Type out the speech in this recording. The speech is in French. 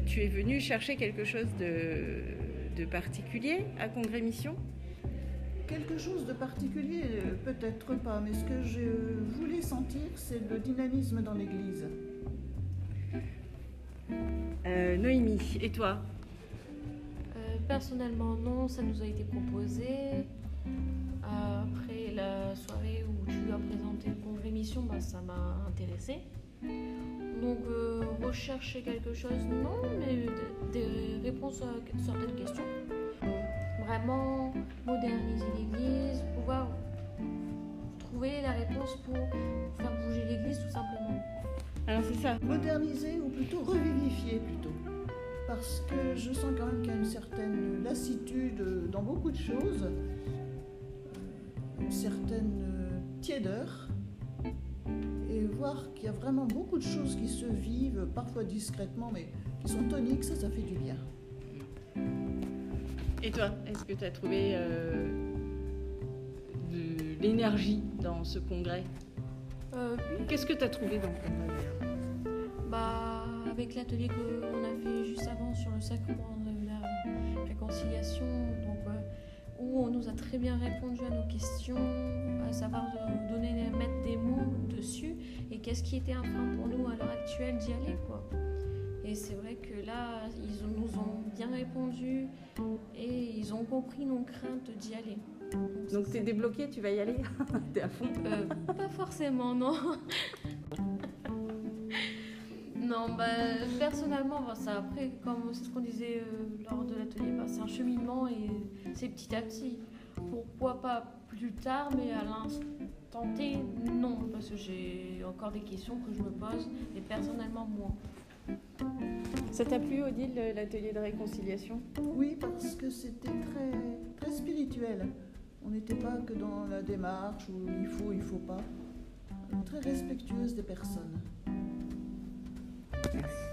tu es venu chercher quelque chose de particulier à Congrès Mission ? Quelque chose de particulier, peut-être pas, mais ce que je voulais sentir, c'est le dynamisme dans l'Église. Noémie, et toi ? Personnellement, non, ça nous a été proposé. Après la soirée où tu as présenté le Congrès Mission, ça m'a intéressée. Donc, rechercher quelque chose, non, mais des réponses à certaines questions. Vraiment moderniser l'Église, pouvoir trouver la réponse pour faire bouger l'Église tout simplement. Alors c'est ça. Moderniser ou plutôt revivifier plutôt. Parce que je sens quand même qu'il y a une certaine lassitude dans beaucoup de choses, une certaine tiédeur, et voir qu'il y a vraiment beaucoup de choses qui se vivent, parfois discrètement, mais qui sont toniques, ça fait du bien. Et toi, est-ce que tu as trouvé de l'énergie dans ce congrès ? Oui. Qu'est-ce que tu as trouvé dans le congrès ? Avec l'atelier qu'on a fait juste avant sur le sacrement de la réconciliation, où on nous a très bien répondu à nos questions, à savoir mettre des mots dessus, et qu'est-ce qui était un frein pour nous à l'heure actuelle d'y aller, quoi. Et c'est vrai que là, ils nous ont bien répondu et ils ont compris nos craintes d'y aller. Donc t'es débloquée, tu vas y aller ? T'es à fond ? Pas forcément, non. Non, personnellement, ça, après, comme c'est ce qu'on disait lors de l'atelier, c'est un cheminement et c'est petit à petit. Pourquoi pas plus tard, mais à l'instant T, non, parce que j'ai encore des questions que je me pose, et personnellement, moi. Ça t'a plu, Odile, l'atelier de réconciliation ? Oui, parce que c'était très, très spirituel. On n'était pas que dans la démarche où il faut pas. Très respectueuse des personnes. Merci.